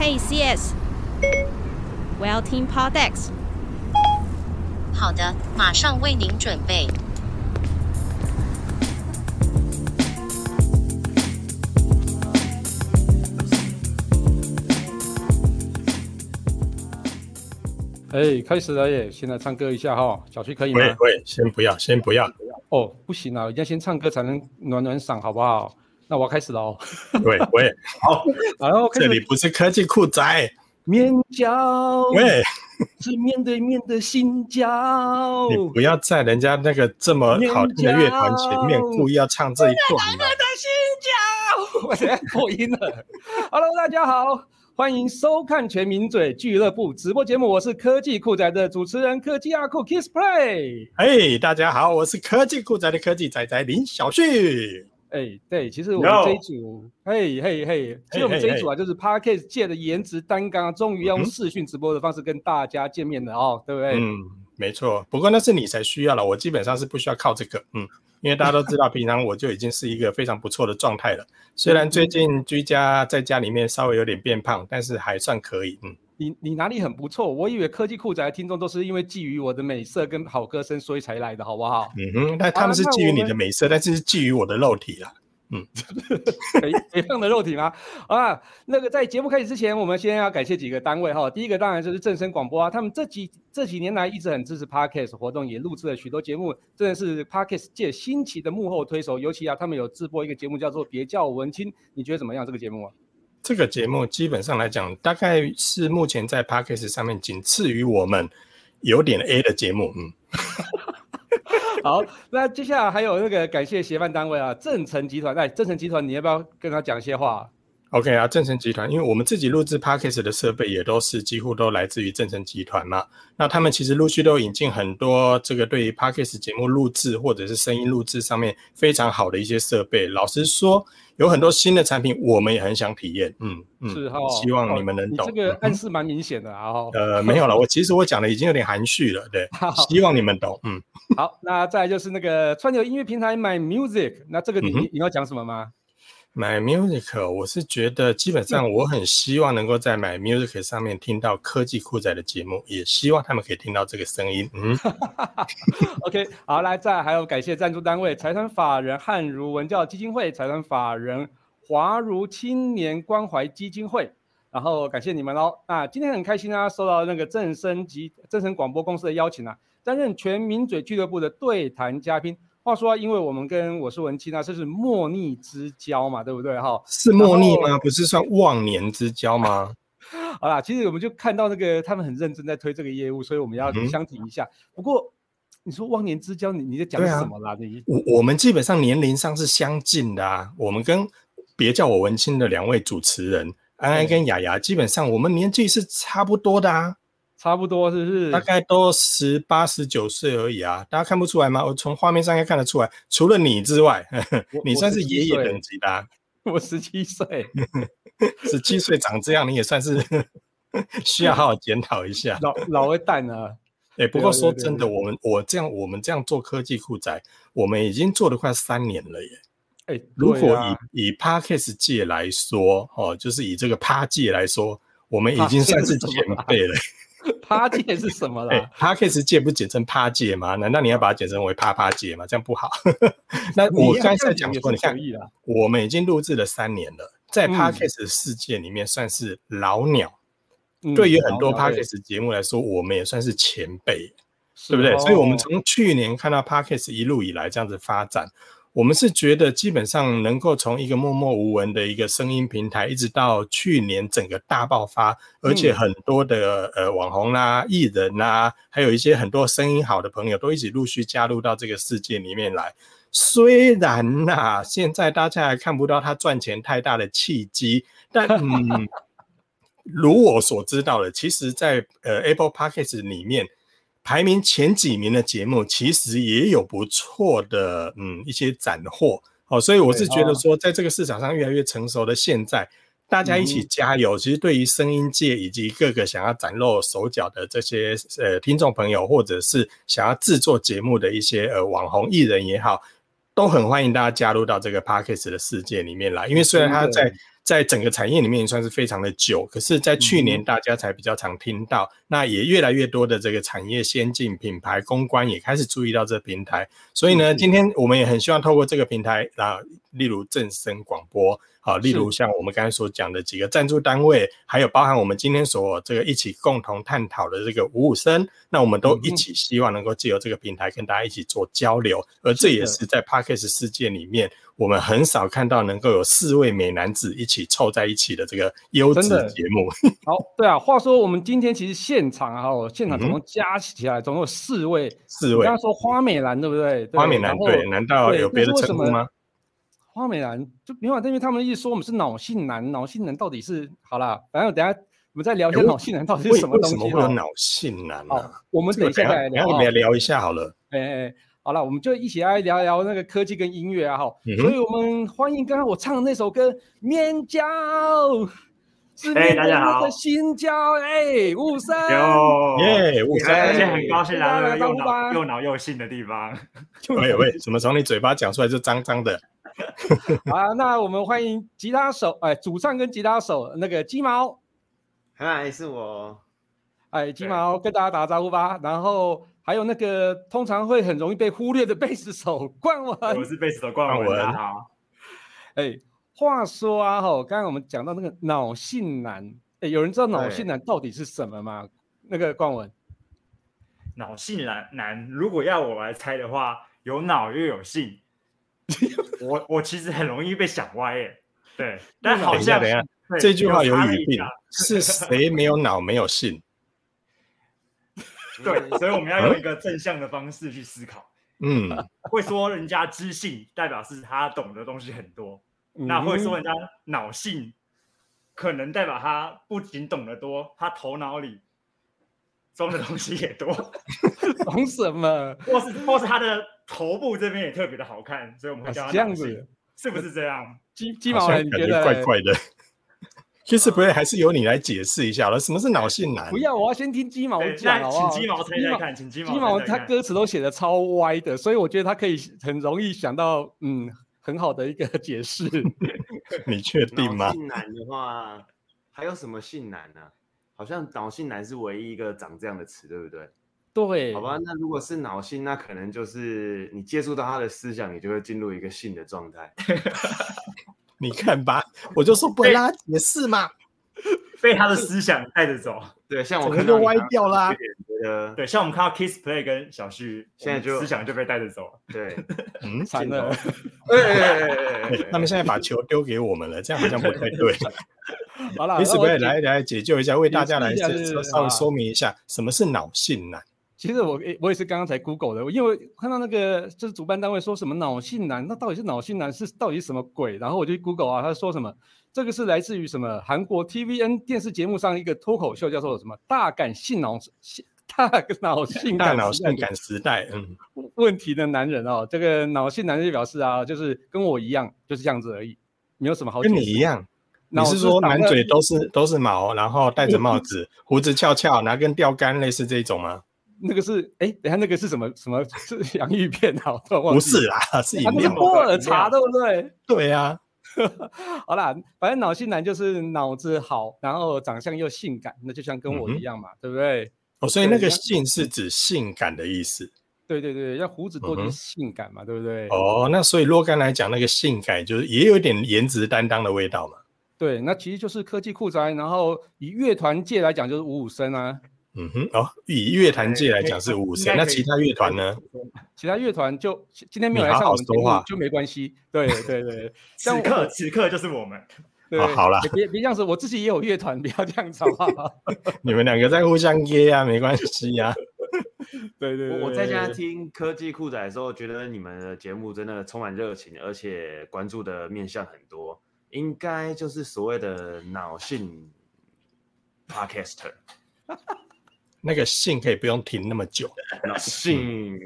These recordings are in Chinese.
Hey CS， 我要听 Podex。 好的，马上为您准备。 开始了耶！现在唱歌一下哈，小旭可以吗？ 喂，先不要。 哦，不行啊，一定要先唱歌才能暖暖嗓，好不好？那我要开始了哦。 喂，好， 然后这里不是科技酷宅， 面交， 喂， 是面对面的心交。 你不要在人家那个这么好听的乐团前面故意要唱这一段嘛。 面对心交，我现在破音了。Hello， 大家好。欢迎收看全民嘴俱乐部直播节目，我是科技酷宅的主持人科技阿酷 Kiss Play。 大家好，我是科技酷宅的科技宅宅林小旭。 对，其实我们这一组，其实我们这一组啊，就是 Podcast 界的颜值担纲，终于要用视讯直播的方式跟大家见面了哦，对不对？ 没错。不过那是你才需要了，我基本上是不需要靠这个，因为大家都知道，平常我就已经是一个非常不错的状态了。虽然最近居家在家里面稍微有点变胖，但是还算可以。 你哪里很不错？我以为科技酷宅的听众都是因为觊觎我的美色跟好歌声，所以才来的，好不好？ 但他们是觊觎你的美色，但是觊бүх我的肉体啦。 肥胖的肉体吗？那个在节目开始之前，我们先要感谢几个单位哈。第一个当然就是正声广播啊，他们这几年来一直很支持 Podcast 活动，也录制了许多节目，真的是 Podcast 界新奇的幕后推手。尤其他们有制播一个节目叫做《别叫我文青》，你觉得怎么样？这个节目啊？ 这个节目基本上来讲，大概是目前在 Podcast 上面仅次于我们有点 A 的节目。 好，那接下来还有那个感谢协办单位啊，正成集团。正成集团，你要不要跟他讲一些话 ？OK 啊，正成集团，因为我们自己录制 Podcast 的设备也都是几乎都来自于正成集团嘛。那他们其实陆续都引进很多这个对于 Podcast 节目录制或者是声音录制上面非常好的一些设备。老实说，有很多新的产品，我们也很想体验。 是哈， 希望你们能懂。 你这个暗示蛮明显的啊。 没有了，其实我讲的已经有点含蓄了，对，希望你们懂。 好，那再来就是那个串流音乐平台 My Music， 那这个你要讲什么吗 ？My Music， 我是觉得基本上我很希望能够在 My Music 上面听到科技酷宅的节目，也希望他们可以听到这个声音。 OK， 好，来再来还有感谢赞助单位财团法人汉儒文教基金会、财团法人华儒青年关怀基金会，然后感谢你们咯。那今天很开心啊，收到那个正声广播公司的邀请啊，担任全民嘴俱乐部的对谈嘉宾。话说因为我们跟我是文青啊，这是莫逆之交嘛，对不对？ 是莫逆吗？不是算忘年之交吗？ 好啦，其实我们就看到那个他们很认真在推这个业务，所以我们要相挺一下。不过你说忘年之交，你在讲什么啦？ 我们基本上年龄上是相近的啊。我们跟别叫我文青的两位主持人安安跟雅雅，基本上我们年纪是差不多的啊。 差不多是不是？ 大概都18、19岁而已啊，大家看不出来吗？我从画面上应该看得出来，除了你之外，你算是爷爷等级的啊。 我17岁 ，17岁长这样，你也算是需要好好检讨一下。 老会蛋啊！ 不过说真的，我们这样做科技酷宅，我们已经做了快3年了耶。如果以 Podcast 界来说，就是以这个趴界来说，我们已经算是前辈了。 趴界是什么啦 ？Podcast 界不简称趴界吗？难道你要把它简称为趴界吗？这样不好。那我刚才讲说，你看，我们已经录制了3年了，在 Podcast 的世界里面算是老鸟。对于很多 Podcast 节目来说，我们也算是前辈，对不对？所以我们从去年看到 Podcast 一路以来这样子发展，我们是觉得基本上能够从一个默默无闻的一个声音平台，一直到去年整个大爆发，而且很多的网红啦、艺人啦，还有一些很多声音好的朋友都一起陆续加入到这个世界里面来。虽然现在大家还看不到他赚钱太大的契机，但如我所知道的，其实在Apple Podcast 里面排名前几名的节目其实也有不错的一些斩获。所以我是觉得说在这个市场上越来越成熟的现在，大家一起加油。其实对于声音界以及各个想要崭露手脚的这些听众朋友，或者是想要制作节目的一些网红艺人也好，都很欢迎大家加入到这个 Podcast 的世界里面来。因为虽然他在整个产业里面也算是非常的久，可是在去年大家才比较常听到，那也越来越多的这个产业先进品牌公关也开始注意到这个平台，所以呢，今天我们也很希望透过这个平台，例如正声广播，例如像我们刚才所讲的几个赞助单位，还有包含我们今天所这个一起共同探讨的这个五五声，那我们都一起希望能够藉由这个平台跟大家一起做交流，而这也是在 Podcast 世界里面我们很少看到能够有4位美男子一起凑在一起的这个优质节目。 好，对啊，话说我们今天其实现场总共加起来总共有4位，你刚刚说花美男对不对？ 花美男对，难道有别的称呼吗？ 花美男就没有，因为他们一直说我们是脑性男，脑性男到底是好啦，反正等一下我们再聊一下脑性男到底是什么东西。 为什么会有脑性男呢？ 我们等一下再来聊， 我们来聊一下好了。 好了，我们就一起来聊聊那个科技跟音乐啊，所以我们欢迎刚刚我唱的那首歌《面交》，是大家好， 新交雾生， 雾生， 而且很高兴来了又脑又性的地方。 喂，怎么从你嘴巴讲出来就脏脏的？ 好，那我们欢迎吉他手，主唱跟吉他手那个鸡毛， 嗨，是我， 鸡毛跟大家打个招呼吧。然后还有那个通常会很容易被忽略的贝斯手冠文， 我是贝斯手冠文，大家好。 话说啊，刚刚我们讲到那个脑性男，有人知道脑性男到底是什么吗？那个冠文， 脑性男，如果要我来猜的话，有脑又有性。我其实很容易被想歪耶，对，但好像等一下，这句话有语病，是谁没有脑没有性？ 对，所以我们要用一个正向的方式去思考。会说人家知性，代表是他懂的东西很多；那会说人家脑性，可能代表他不仅懂得多，他头脑里装的东西也多。 懂什么？ 或是他的头部这边也特别的好看，所以我们会叫他这样子， 是不是这样？ 鸡毛人，你觉得怪怪的？其实不会，还是由你来解释一下了。什么是脑性男？ 不要，我要先听鸡毛讲，好不好？ 请鸡毛猜猜看，请鸡毛他歌词都写的超歪的，所以我觉得他可以很容易想到很好的一个解释。 你确定吗？ 脑性男的话，还有什么性男呢？好像脑性男是唯一一个长这样的词，对不对？ 对， 好吧，那如果是脑性，那可能就是你接触到他的思想，你就会进入一个性的状态。 你看吧，我就说不能让他解释嘛， 被他的思想带着走。 对，像我看到就歪掉啦。 对，像我们看到 Kiss Play 跟小旭， 现在就思想就被带着走了。 对， 惨了。 他们现在把球丢给我们了，这样好像不太对。 好了， Kiss Play 来解救一下，为大家来稍微说明一下什么是脑性男。 其实我也是刚刚才 Google 的，因为看到那个就是主办单位说什么脑性男，那到底是脑性男到底是什么鬼？然后我就 Google 啊，他说什么这个是来自于什么韩国 TVN 电视节目上一个脱口秀，叫做什么大脑性感时代，问题的男人哦，这个脑性男就表示啊，就是跟我一样，就是这样子而已，没有什么好解释。 跟你一样。你是说满嘴都是毛，然后戴着帽子，胡子翘翘，拿根钓竿，类似这种吗？ 那个是等一下那个是什么是洋芋片啊？ 不是啦，是饮料， 波尔茶对不对？ 对啊。 好啦，反正脑性男就是脑子好，然后长相又性感，那就像跟我一样嘛，对不对？ 所以那个性是指性感的意思。 对，要胡子多就是性感嘛，对不对？ 那所以若干来讲，那个性感就是也有点颜值担当的味道嘛。 对，那其实就是科技酷宅，然后以乐团界来讲就是五五声啊。 以乐团界来讲是五五声，那其他乐团呢？ 其他乐团就今天没有来上我们节目就没关系。对， 此刻就是我们。 好啦， 别这样子，我自己也有乐团，不要这样子好不好？ 你们两个在互相噎啊，没关系啊。 对， 我在家听科技酷仔的时候，觉得你们的节目真的充满热情，而且关注的面向很多，应该就是所谓的脑性 podcaster。 那个性可以不用停那么久。 性，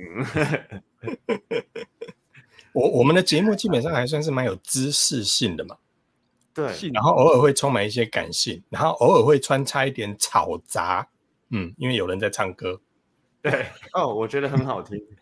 我们的节目基本上还算是蛮有知识性的嘛。 对， 然后偶尔会充满一些感性，然后偶尔会穿插一点吵杂，因为有人在唱歌。 对，我觉得很好听。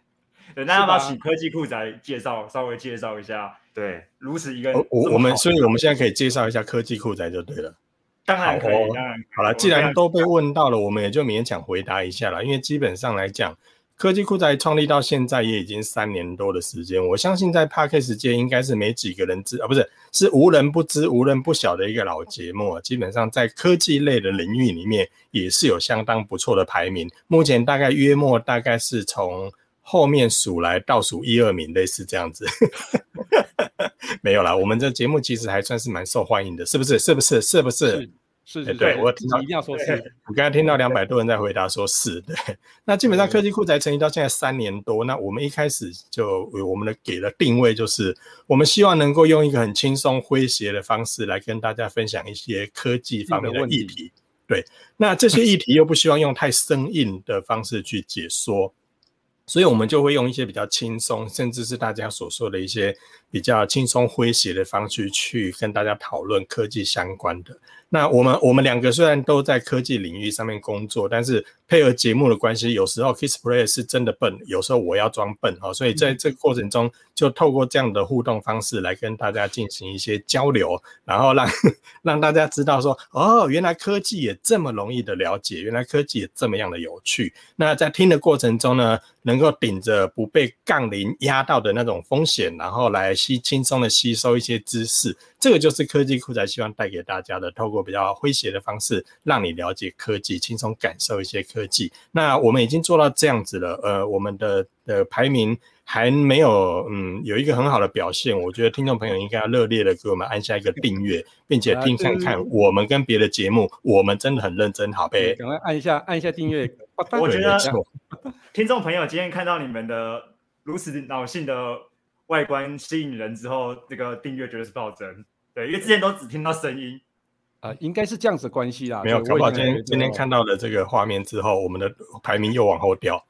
对，那要不要请科技酷宅稍微介绍一下？对，如此一个所以我们现在可以介绍一下科技酷宅就对了。 当然可以，当然可以。 好了，既然都被问到了，我们也就勉强回答一下了。因为基本上来讲，科技酷宅创立到现在也已经3年多的时间，我相信在 Podcast 界应该是没几个人知，不是，是无人不知、无人不晓的一个老节目啊。基本上在科技类的领域里面，也是有相当不错的排名。目前大概是从后面数来倒数1、2名，类似这样子。没有啦，我们这节目其实还算是蛮受欢迎的，是不是？ 是， 对，我听到一定要说是。 我刚才听到200多人在回答说是，对。那基本上科技酷宅成立到现在3年多，那我们一开始就我们给的定位就是，我们希望能够用一个很轻松诙谐的方式来跟大家分享一些科技方面的议题。对，那这些议题又不希望用太生硬的方式去解说。所以我们就会用一些比较轻松，甚至是大家所说的一些比较轻松诙谐的方式去跟大家讨论科技相关的。那我们2个虽然都在科技领域上面工作，但是配合节目的关系，有时候 Kissplay 是真的笨，有时候我要装笨，所以在这个过程中就透过这样的互动方式来跟大家进行一些交流，然后让大家知道说，原来科技也这么容易的了解，原来科技也这么样的有趣。那在听的过程中呢，能够顶着不被杠铃压到的那种风险，然后来轻松的吸收一些知识，这个就是科技酷宅希望带给大家的，透过比较诙谐的方式让你了解科技，轻松感受一些科技。那我们已经做到这样子了，我们的排名还没有有一个很好的表现，我觉得听众朋友应该要热烈的给我们按下一个订阅，并且听看看我们跟别的节目，我们真的很认真，好呗， 赶快按一下订阅。 我觉得听众朋友今天看到你们的如此脑性的外观吸引人之后，这个订阅绝对是暴增。对，因为之前都只听到声音。 应该是这样子关系啦。 没有，搞不好今天看到了这个画面之后，我们的排名又往后掉。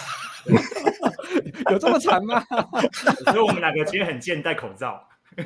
有这么惨吗？ 所以我们2个今天很贱，戴口罩。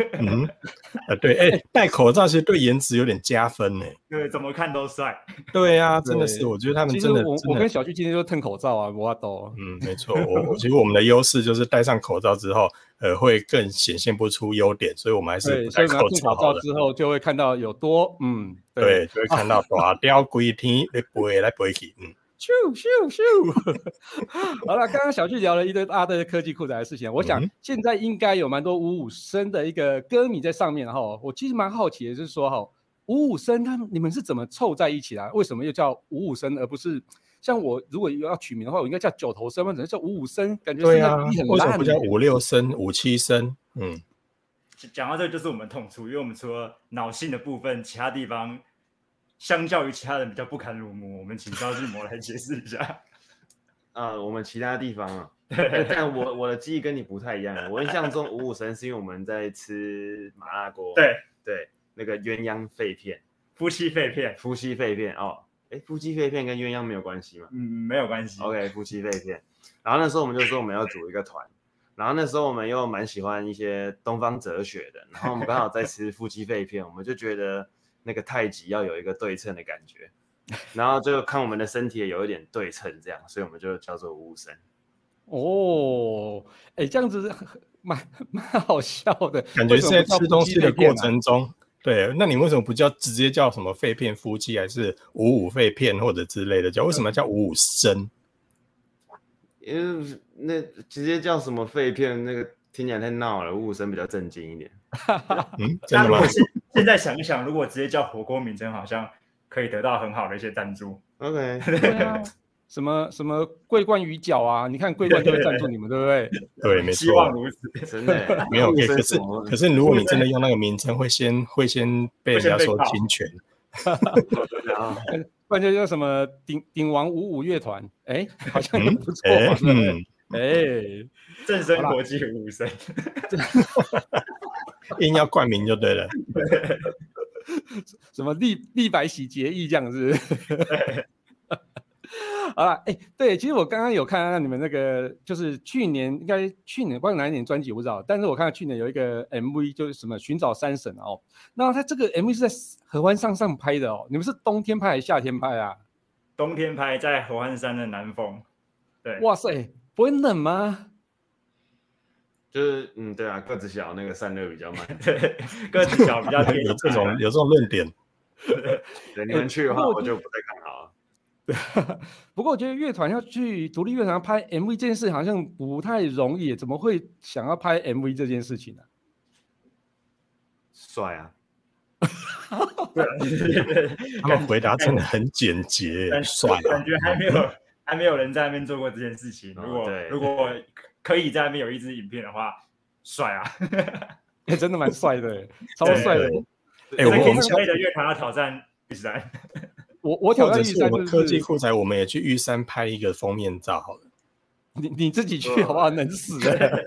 对，戴口罩其实对颜值有点加分呢。 对，怎么看都帅。 对啊，真的是，我觉得他们真的。 其实我跟小旭今天就蹭口罩啊，我懂。 没错，其实我们的优势就是戴上口罩之后，会更显现不出优点，所以我们还是不戴口罩好的。 之后就会看到有多对，就会看到大雕规天来飞来飞去， 咻咻咻！好了，刚刚小旭聊了一堆大堆科技酷宅的事情，我想现在应该有蛮多55声的一个歌迷在上面哈。我其实蛮好奇的，就是说55声你们是怎么凑在一起的？为什么又叫55声，而不是像我如果要取名的话，我应该叫9头声，或者叫55声？感觉对啊，为什么不叫56声、57声？ 讲到这个就是我们痛处，因为我们除了脑性的部分，其他地方。相较于其他人比较不堪入目，我们请赵志摩来解释一下。 我们其他地方啊，但我的记忆跟你不太一样。我印象中55声是因为我们在吃麻辣锅，对，那个鸳鸯肺片， 夫妻肺片夫妻肺片跟鸳鸯没有关系吗？ 没有关系。 OK， 夫妻肺片。然后那时候我们就说我们要组一个团，然后那时候我们又蛮喜欢一些东方哲学的，然后我们刚好在吃夫妻肺片，我们就觉得。那个太极要有一个对称的感觉，然后就看我们的身体也有一点对称，这样，所以我们就叫做55声。 这样子蛮好笑的， 感觉是在吃东西的过程中。对，那你为什么不直接叫什么肺片夫妻，还是55肺片或者之类的为什么叫55声？ 因为那直接叫什么肺片，那个听起来太闹了，55声比较正经一点。 真的吗？ 现在想一想，如果直接叫火锅名称，好像可以得到很好的一些赞助。 OK， 对啊，什么桂冠鱼饺啊，你看桂冠就会赞助你们，对不对？ 对，没错。 希望如此， 真的没有。可是如果你真的用那个名称，会先被人家说侵权。 不然就叫什么鼎王55乐团，好像也不错。 正声国际55声。 硬要冠名就对了。 什么立白洗洁液这样子。好了，对，其实我刚刚有看到你们那个，就是去年不知道哪一年专辑我不知道，但是我看到去年有一个 MV， 就是什么寻找山神哦。那他这个 MV 是在合欢山上拍的哦，你们是冬天拍还是夏天拍啊？ 冬天拍，在合欢山的南峰。对， 哇塞，不会冷吗？ 就是对啊，个子小那个散热比较慢， 对，个子小比较便宜。 有这种论点。 对，你们去的话，我就不太看好了。 不过我觉得乐团要去独立乐团拍 MV 这件事好像不太容易，怎么会想要拍 MV 这件事情呢？ 帅啊！ 他们回答真的很简洁，帅啊！ 感觉还没有人在那边做过这件事情。如果可以在那边有一支影片的话，帅啊！ 真的蛮帅的，超帅的。 我们可以的乐团要挑战玉山。 我挑战玉山， 我们科技酷宅，我们也去玉山拍一个封面照好了。 你自己去好不好？能死的。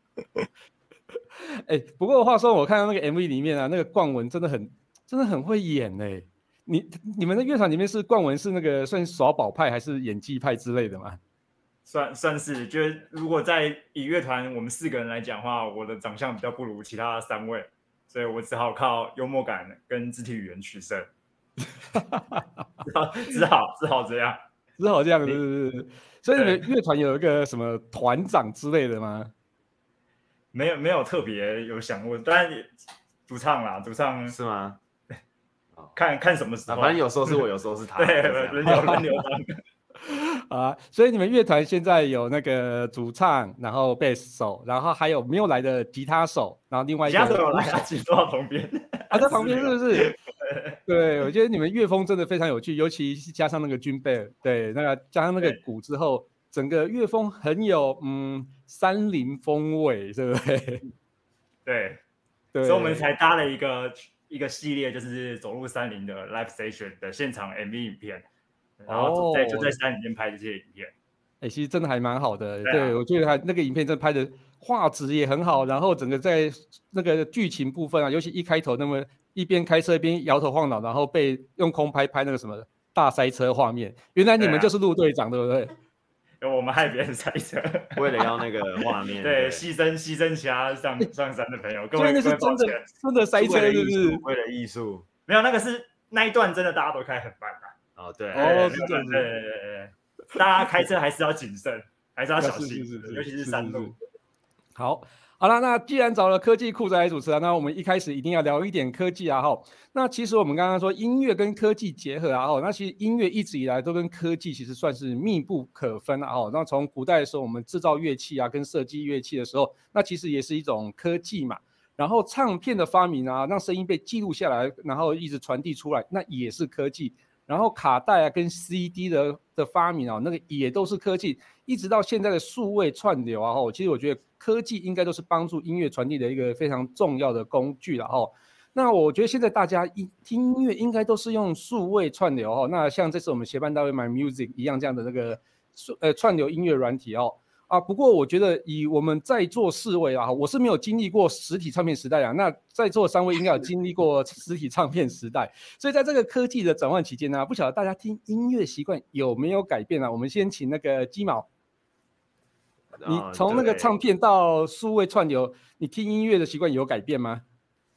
不过话说，我看到那个 MV 里面啊，那个冠文真的很会演哎。你们的乐团里面是冠文是那个算耍宝派还是演技派之类的吗？ 算是，就是如果在以乐团我们4个人来讲的话，我的长相比较不如其他3位，所以我只好靠幽默感跟肢体语言取胜。只好这样， 是。所以你们乐团有一个什么团长之类的吗？ 没有特别有想过，当然主唱是吗？ 看什么时候， 反正有时候是我，有时候是他， 对，轮流当。 所以你们乐团现在有那个主唱，然后贝斯手，然后还有没有来的吉他手，然后另外一个吉他手有来，他自己坐到旁边， 在旁边是不是？对，我觉得你们乐风真的非常有趣，尤其是加上那个军贝，对，那个加上那个鼓之后，整个乐风很有山林风味，对不对？ 对，所以我们才搭了一个系列，就是走入山林的 live station 的现场 MV 影片，然后就在山里面拍这些影片。 其实真的还蛮好的，对，我觉得那个影片真的拍的画质也很好，然后整个在那个剧情部分啊，尤其一开头那么一边开车一边摇头晃脑，然后被用空拍那个什么大塞车画面，原来你们就是陆队长，对不对？ 我们害别人塞车， 为了要那个画面， 对，牺牲其他上山的朋友， 所以那是真的塞车，是不是？ 为了艺术， 没有，那一段真的大家都开很慢啊。对， 是这样子。 对，大家开车还是要谨慎，还是要小心，尤其是山路。 好了，那既然找了科技酷宅来主持啊，那我们一开始一定要聊一点科技啊哈。那其实我们刚刚说音乐跟科技结合啊哈，那其实音乐一直以来都跟科技其实算是密不可分啊哈。那从古代的时候，我们制造乐器啊，跟设计乐器的时候，那其实也是一种科技嘛。然后唱片的发明啊，让声音被记录下来，然后一直传递出来，那也是科技。然后卡带啊跟 CD 的发明啊，那个也都是科技，一直到现在的数位串流啊，其实我觉得科技应该都是帮助音乐传递的一个非常重要的工具了哈。那我觉得现在大家听音乐应该都是用数位串流哈。那像这次我们协办单位 My Music 一样这样的那个串流音乐软体哦。不过我觉得以我们在座4位啊，我是没有经历过实体唱片时代啊，那在座3位应该有经历过实体唱片时代，所以在这个科技的转换期间呢，不晓得大家听音乐习惯有没有改变啊？我们先请那个鸡毛，你从那个唱片到数位串流，你听音乐的习惯有改变吗？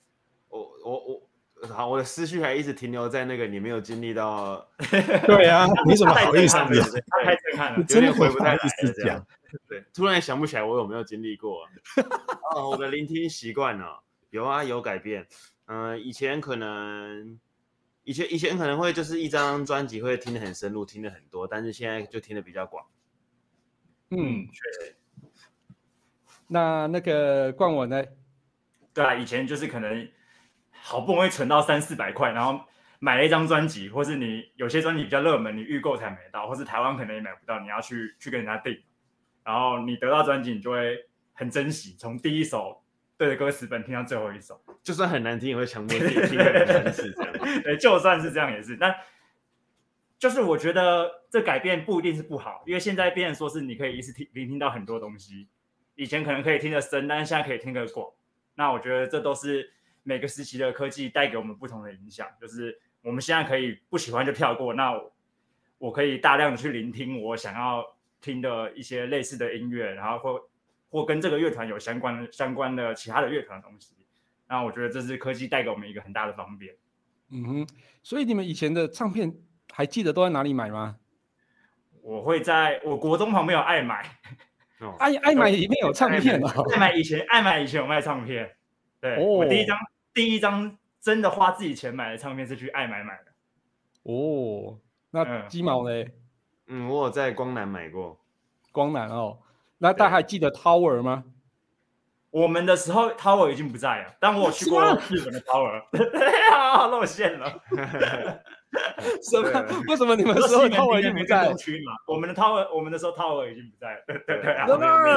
好，我的思绪还一直停留在那个你没有经历到。 对啊，你怎么好意思？ 他太震撼了， 真的回不太来这样。 对，突然想不起来我有没有经历过。我的聆听习惯呢，有改变。以前可能会就是一张专辑会听得很深入，听得很多，但是现在就听得比较广。 确实。 那个冠文呢？ 对啊，以前就是可能好不容易存到300-400块，然后买了一张专辑，或是你有些专辑比较热门，你预购才买到，或是台湾可能也买不到，你要去跟人家订，然后你得到专辑，你就会很珍惜，从第一首对着歌词本听到最后一首， 就算很难听，也会强迫自己听个2-3次这样。 对，就算是这样也是，但就是我觉得这改变不一定是不好，因为现在变成说是你可以一次聆听到很多东西，以前可能可以听得深，但是现在可以听得广。那我觉得这都是每个时期的科技带给我们不同的影响，就是我们现在可以不喜欢就跳过，那我可以大量的去聆听我想要听的一些类似的音乐，然后或跟这个乐团有相关的其他的乐团的东西。那我觉得这是科技带给我们一个很大的方便。 所以你们以前的唱片还记得都在哪里买吗？ 我国中旁边有爱买。 爱买里面有唱片哦。 爱买以前有卖唱片。对，我第一张真的花自己钱买的唱片是去爱买的。 哦，那鸡毛呢？ 我有在光南买过。 光南哦，那大家还记得 Tower 吗？ 我们的时候 Tower 已经不在了，但我有去过日本的 Tower。露馅了。 什么？为什么你们时候 Tower 已经不在？ 我们的时候 Tower 已经不在了。对啊。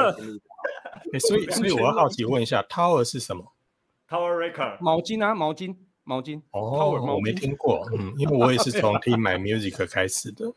所以我要好奇问一下 ，Tower 是什么 ？Tower Record 毛巾啊，毛巾。 哦，我没听过。因为我也是从听买 music 开始的。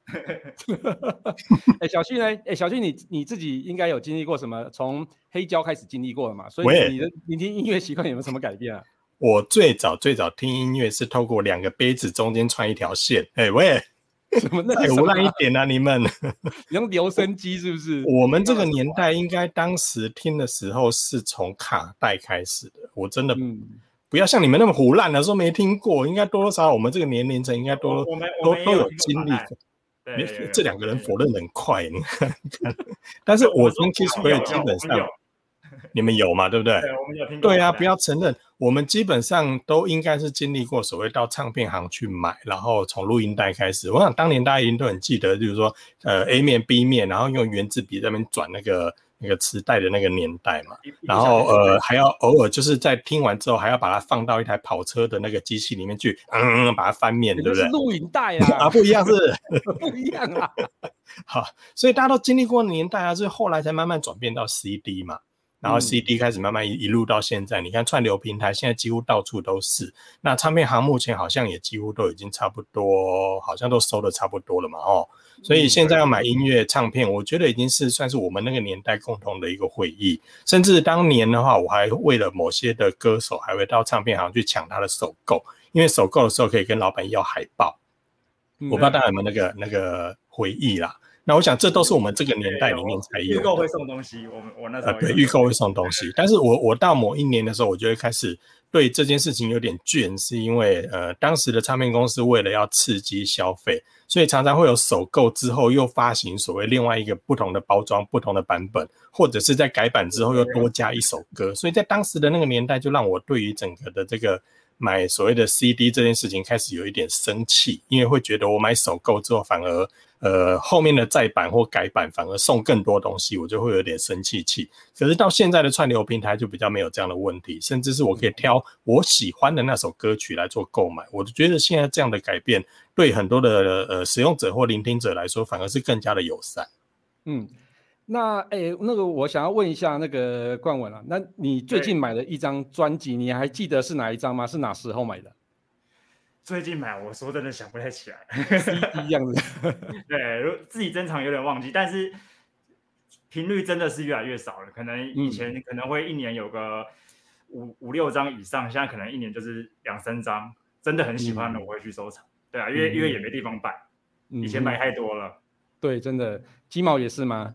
小旭呢？小旭你自己应该有经历过什么？从黑胶开始经历过了嘛？所以你听音乐习惯有没有什么改变啊？ 我最早听音乐是透过2个杯子中间穿一条线。 什么？那太无赖一点啊！你们用留声机是不是？ 我们这个年代应该当时听的时候是从卡带开始的。我真的不要像你们那么胡乱的说没听过，应该多多少少我们这个年龄层应该都有经历过。这2个人否认很快，你看。但是我听 Kiss Play 基本上。你们有嘛？对不对？ 对，我们有听过。 对啊，不要承认，我们基本上都应该是经历过所谓到唱片行去买，然后从录音带开始。我想当年大家一定都很记得，就是说A 面 B 面，然后用圆珠笔在那边转那个磁带的那个年代嘛。然后还要偶尔就是在听完之后还要把它放到一台跑车的那个机器里面去，把它翻面，对不对？ 是录影带啊。 不一样是不一样啊。 好，所以大家都经历过年代啊，所以后来才慢慢转变到 CD 嘛。然后 CD 开始慢慢一路到现在，你看串流平台现在几乎到处都是。那唱片行目前好像也几乎都已经差不多，好像都收的差不多了嘛所以现在要买音乐唱片，我觉得已经是算是我们那个年代共同的一个回忆。甚至当年的话，我还为了某些的歌手，还会到唱片行去抢他的首购，因为首购的时候可以跟老板要海报。我不知道大家有没有那个回忆啦。那我想这都是我们这个年代里面才有的。 预购会送东西，我那时候对，预购会送东西。但是我到某一年的时候，我就会开始对这件事情有点倦，是因为当时的唱片公司为了要刺激消费，所以常常会有首购之后又发行所谓另外一个不同的包装、不同的版本，或者是在改版之后又多加一首歌。所以在当时的那个年代，就让我对于整个的这个买所谓的 CD 这件事情开始有一点生气，因为会觉得我买首购之后反而后面的再版或改版反而送更多东西，我就会有点生气。可是到现在的串流平台就比较没有这样的问题，甚至是我可以挑我喜欢的那首歌曲来做购买。我就觉得现在这样的改变对很多的使用者或聆听者来说反而是更加的友善。 那个我想要问一下那个冠文啊，那你最近买了一张专辑，你还记得是哪一张吗？是哪时候买的？ 最近买，我说真的想不太起来。 CD 这样子。 对，自己珍藏有点忘记，但是频率真的是越来越少了。可能以前可能会一年有个五六张以上，现在可能一年就是2-3张。真的很喜欢的我会去收藏。对啊，因为也没地方摆，以前买太多了。 对，真的。鸡毛也是吗？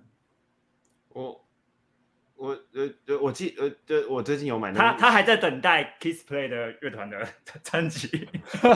我最近有买他还在等待 Kiss Play 的乐团的专辑。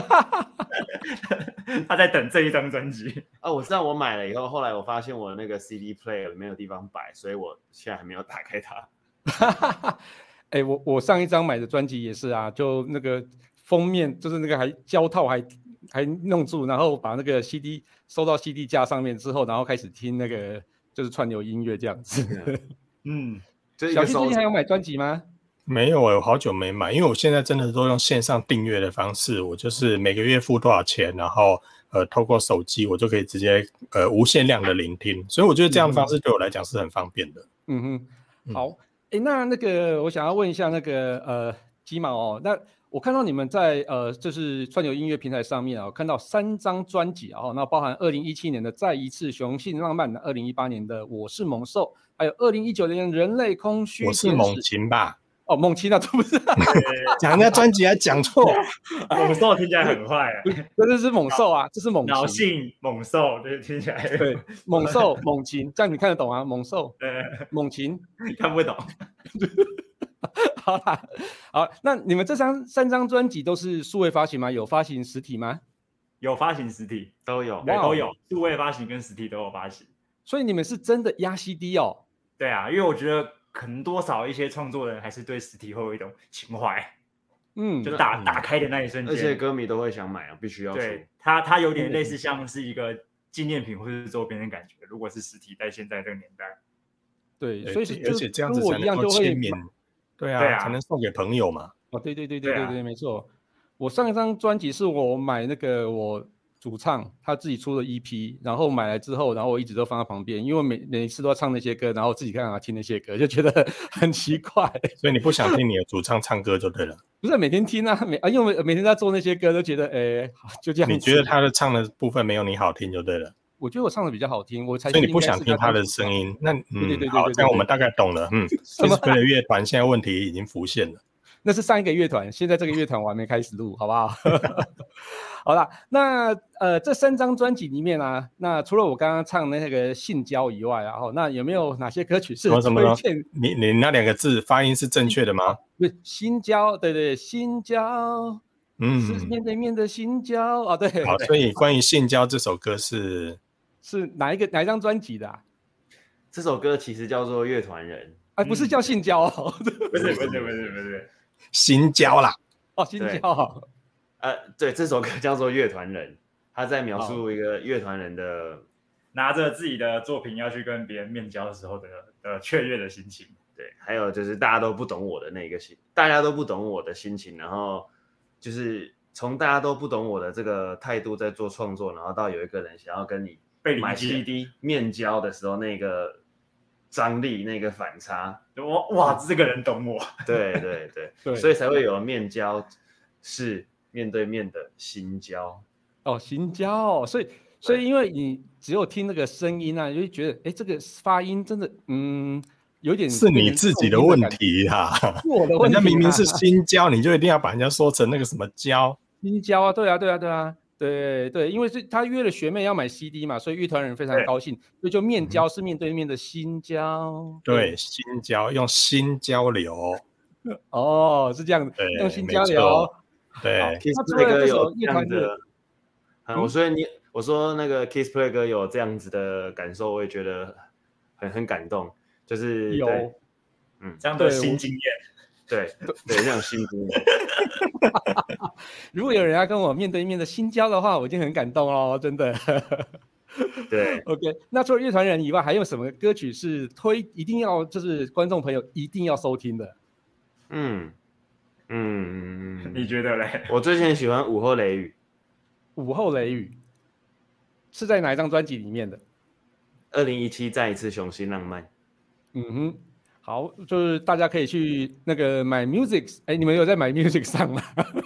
他在等这一张专辑。 我知道我买了以后，后来我发现我那个 CD player 没有地方摆，所以我现在还没有打开它。 我上一张买的专辑也是啊，就那个封面就是那个还胶套还弄住，然后把那个 CD 收到 CD 架上面之后，然后开始听那个就是串流音乐这样子。小新最近还有买专辑吗？ 没有我好久没买，因为我现在真的都用线上订阅的方式，我就是每个月付多少钱，然后透过手机我就可以直接无限量的聆听，所以我觉得这样的方式对我来讲是很方便的。 好，那个我想要问一下那个鸡毛那我看到你们在就是串流音乐平台上面看到3张专辑那包含2017年的《再一次雄性浪漫》，2018年的《我是猛兽》，还有2019年的《人类空虚》。 我是猛禽吧？ 猛禽啊，这不是讲人家专辑还讲错。 猛兽听起来很坏这是猛兽啊，这是猛禽。 脑性猛兽，对，听起来对，猛兽猛禽，这样你看得懂啊？猛兽猛禽看不懂。 好啦，好，那你们这3张专辑都是数位发行吗？有发行实体吗？ 有发行实体，都有，数位发行跟实体都有发行。 所以你们是真的压 CD 哦？ 对啊，因为我觉得可能多少一些创作人还是对实体会有一种情怀，就打开的那一瞬间， 而且歌迷都会想买啊，必须要出。 对，它有点类似像是一个纪念品或者是周边的感觉。如果是实体，在现在这个年代， 对，所以而且这样子才能够签名，对啊，才能送给朋友嘛。 哦，对，没错。我上一张专辑是我买那个我主唱他自己出的 EP， 然后买来之后，然后我一直都放在旁边，因为每一次都要唱那些歌，然后自己看他听那些歌，就觉得很奇怪。 所以你不想听你的主唱唱歌就对了。 不是每天听啊，因为每天在做那些歌，都觉得就这样子。 你觉得他的唱的部分没有你好听就对了。 我觉得我唱的比较好听，所以你不想听他的声音。那对， 好，这样我们大概懂了。Kiss 的乐团现在问题已经浮现了。 那是上一个乐团，现在这个乐团我还没开始录，好不好？好啦，那这3张专辑里面啊，那除了我刚刚唱那个性交以外啊，那有没有哪些歌曲是推荐？ 你那2个字发音是正确的吗？ 不是性交，对，性交。是面对面的性交啊，对。 好，所以关于性交这首歌是哪一张专辑的啊？ 这首歌其实叫做《乐团人》， 不是叫性交哦， 不是， 性交啦。 哦，性交。 对，这首歌叫做《乐团人》，他在描述一个乐团人的拿着自己的作品要去跟别人面交的时候的雀跃的心情。 对，还有就是大家都不懂我的那个大家都不懂我的心情，然后就是从大家都不懂我的这个态度在做创作，然后到有一个人想要跟你买 CD 面交的时候，那个张力，那个反差， 哇，这个人懂我。 对，所以才会有面交是面对面的心交。 哦，心交，所以因为你只有听那个声音啊，你就觉得这个发音真的有点是你自己的问题啊， 我的问题。 人家明明是心交，你就一定要把人家说成那个什么交？ 心交啊，对啊，对，因为是他约了学妹要买 CD 嘛，所以乐团人非常高兴，所以就面交是面对面的心交。 对，心交用心交流。 哦，是这样子，用心交流。 对 ，Kiss Play 哥有这样的，我说那个 Kiss Play 哥有这样子的感受，我也觉得很感动，就是有， 这样的新经验， 对，这样新经验。 如果有人要跟我面对面的心交的话，我已经很感动哦，真的。 对 ，OK， 那除了乐团人以外，还有什么歌曲是一定要就是观众朋友一定要收听的？ 你觉得嘞？ 我最近喜欢午后雷雨。 午后雷雨是在哪一张专辑里面的 ？2017再一次雄心浪漫。 好，就是大家可以去那个买 Music， 你们有在买 Music 上吗？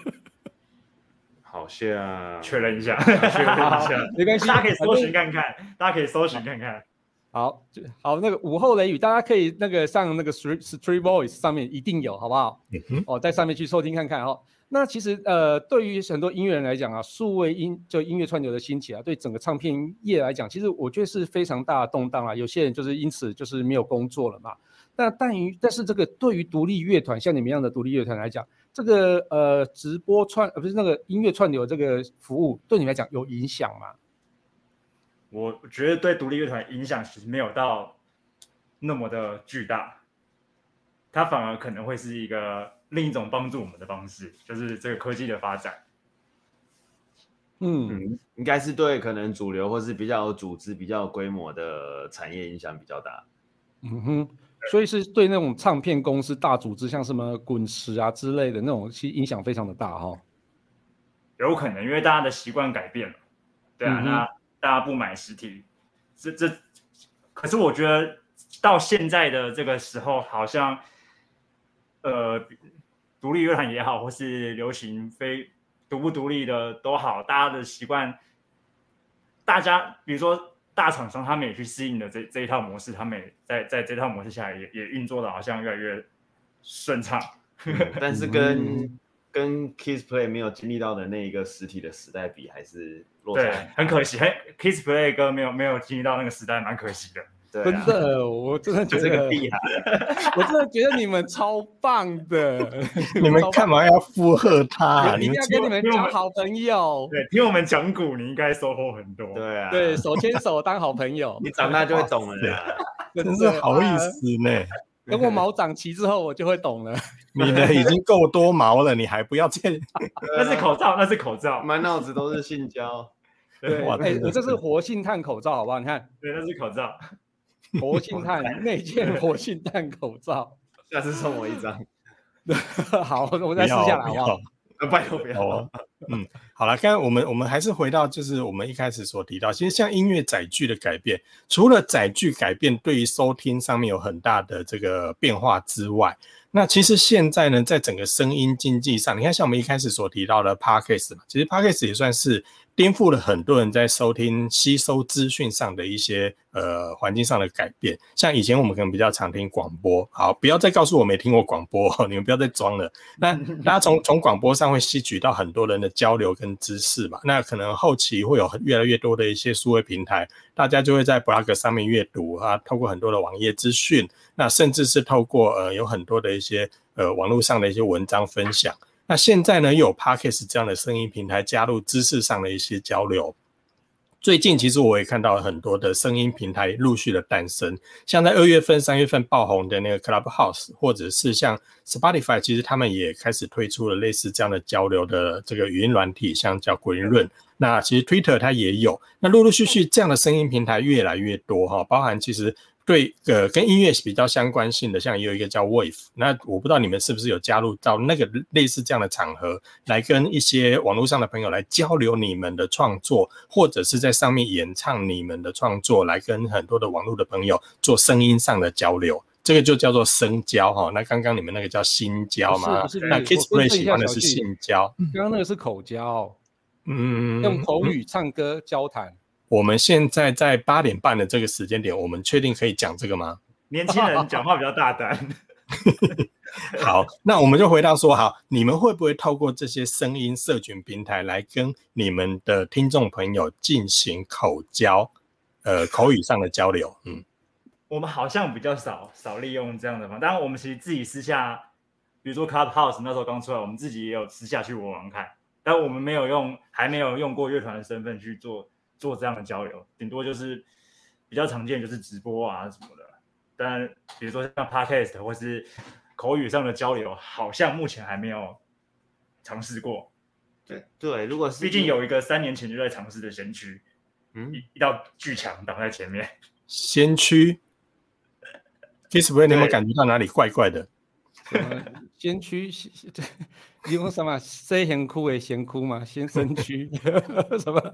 好像确认一下， 没关系， 大家可以搜寻看看。 好，那个午后雷雨，大家可以那个上那个 Street Voice 上面一定有，好不好？在上面去收听看看哦。那其实对于很多音乐人来讲啊，数位音乐串流的兴起啊，对整个唱片业来讲，其实我觉得是非常大的动荡啊。有些人就是因此就是没有工作了嘛。但是这个对于独立乐团，像你们一样的独立乐团来讲，这个直播不是那个音乐串流这个服务，对你们来讲有影响吗？ 我觉得对独立乐团影响其实没有到那么的巨大，它反而可能会是一个另一种帮助我们的方式，就是这个科技的发展。 应该是对可能主流或是比较有组织、比较有规模的产业影响比较大。 所以是对那种唱片公司大组织，像什么滚石啊之类的那种，其实影响非常的大哈。 有可能因为大家的习惯改变了，对啊，那大家不买实体，可是我觉得到现在的这个时候，好像独立乐团也好，或是流行非独不独立的都好，大家的习惯，大家比如说大厂商他们也去适应了这一套模式，他们也在这套模式下也运作的好像越来越顺畅， 但是跟 Kiss Play 没有经历到的那一个实体的时代比，还是落差很可惜。Kiss Play 哥没有经历到那个时代，蛮可惜的。 真的，我真的觉得这个厉害， 我真的觉得你们超棒的。 你们干嘛要附和他？ 你一定要跟你们讲好朋友。 对，听我们讲古，你应该收获很多。 对啊， 对，手牵手当好朋友， 你长大就会懂了啦。 真是好意思呢。 等我毛长齐之后，我就会懂了。 你的已经够多毛了，你还不要再？ 那是口罩，那是口罩， 满脑子都是性交。 对，我这是活性炭口罩，好不好？你看， 对，那是口罩， 活性炭内建活性炭口罩。 下次送我一张。 好，我再试下来，好不好？ 拜托不要。 好了，刚才我们还是回到就是我们一开始所提到，其实像音乐载具的改变，除了载具改变对于收听上面有很大的这个变化之外，那其实现在呢，在整个声音经济上，你看像我们一开始所提到的 Podcast 嘛，其实 Podcast 也算是颠覆了很多人在收听吸收资讯上的一些环境上的改变。像以前我们可能比较常听广播，好，不要再告诉我没听过广播，你们不要再装了。那大家从广播上会吸取到很多人的交流跟知识嘛，那可能后期会有越来越多的一些数位平台，大家就会在 blog 上面阅读啊，透过很多的网页资讯，那甚至是透过有很多的一些网络上的一些文章分享。那现在呢，又有 Podcast 这样的声音平台加入知识上的一些交流。最近其实我也看到很多的声音平台陆续的诞生，像在2月份、3月份爆红的那个 Clubhouse， 或者是像 Spotify， 其实他们也开始推出了类似这样的交流的这个语音软体，像叫 Greenroom。那其实 Twitter 它也有，那陆陆续续这样的声音平台越来越多哈，包含其实对跟音乐比较相关性的，像也有一个叫 Wave， 那我不知道你们是不是有加入到那个类似这样的场合，来跟一些网络上的朋友来交流你们的创作，或者是在上面演唱你们的创作，来跟很多的网络的朋友做声音上的交流，这个就叫做声交哈。那刚刚你们那个叫心交嘛，那 Kissplay 喜欢的是性交， 刚刚那个是口交，用口语唱歌交谈。 我们现在在8点半的这个时间点，我们确定可以讲这个吗？ 年轻人讲话比较大胆。 好，那我们就回到说，好，你们会不会透过这些声音社群平台来跟你们的听众朋友进行口交，口语上的交流？ 我们好像比较少利用这样的方法，当然我们其实自己私下，比如说 Clubhouse 那时候刚出来，我们自己也有私下去玩看，但我们还没有用过乐团的身份去做这样的交流，顶多就是比较常见就是直播啊什么的。但比如说像 Podcast 或是口语上的交流，好像目前还没有尝试过。 对，如果是毕竟有一个3年前就在尝试的先驱，一道巨墙挡在前面。 先驱 ，Kissplay 你有没有感觉到哪里怪怪的？ 先驱，你用什么？先先哭的先哭嘛，先身躯什么？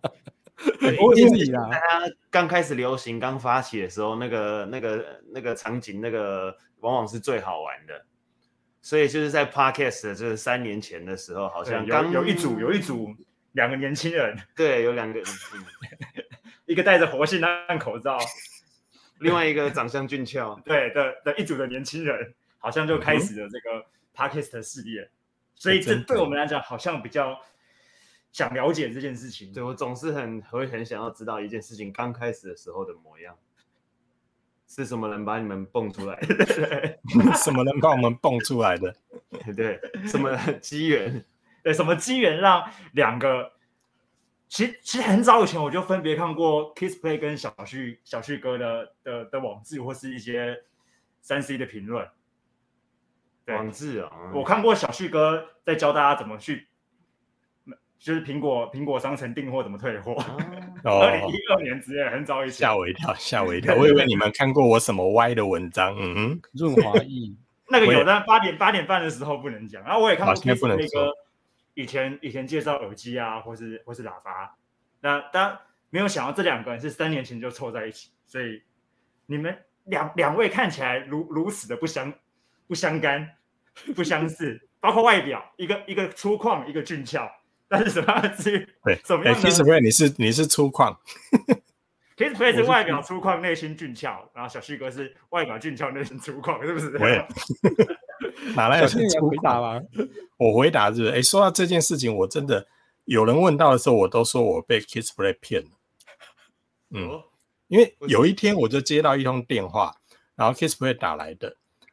大家刚开始流行、刚发起的时候，那个场景，那个往往是最好玩的。所以就是在 Podcast 的这3年前的时候，好像有一组2个年轻人， 对，有2个， 一个戴着活性炭口罩， 另外一个长相俊俏， 对的一组的年轻人，好像就开始了这个 Podcast 的事业。所以这对我们来讲，好像比较想了解这件事情。 对，我总是会很想要知道一件事情刚开始的时候的模样，是什么人把你们蹦出来的？ 什么人把我们蹦出来的？ 对，什么机缘？ 对，什么机缘让2个？其实很早以前我就分别看过 Kissplay 跟小旭哥的网志或是一些3C 的评论。 网志啊， 我看过小旭哥在教大家怎么去。就是苹果商城订货怎么退货？2012年之类，很早以前。 吓我一跳！我以为你们看过我什么歪的文章。 润滑液那个有，但8点半的时候不能讲。然后我也看过 Kissplay 哥以前介绍耳机啊，或是喇叭。那当然没有想到这2个人是3年前就凑在一起，所以你们两位看起来如此的不相干、不相似，包括外表，一个粗犷，一个俊俏。但是什么样的资源？ 对， 什么样的 Kissplay 你是粗犷 ，Kissplay 是外表粗犷，内心俊俏，然后小旭哥是外表俊俏，内心粗犷，是不是？ 我也哪来的粗回答吗？ 我回答是不是？说到这件事情，我真的有人问到的时候，我都说我被 Kissplay 骗了。因为有一天我就接到一通电话，然后 Kissplay 打来的，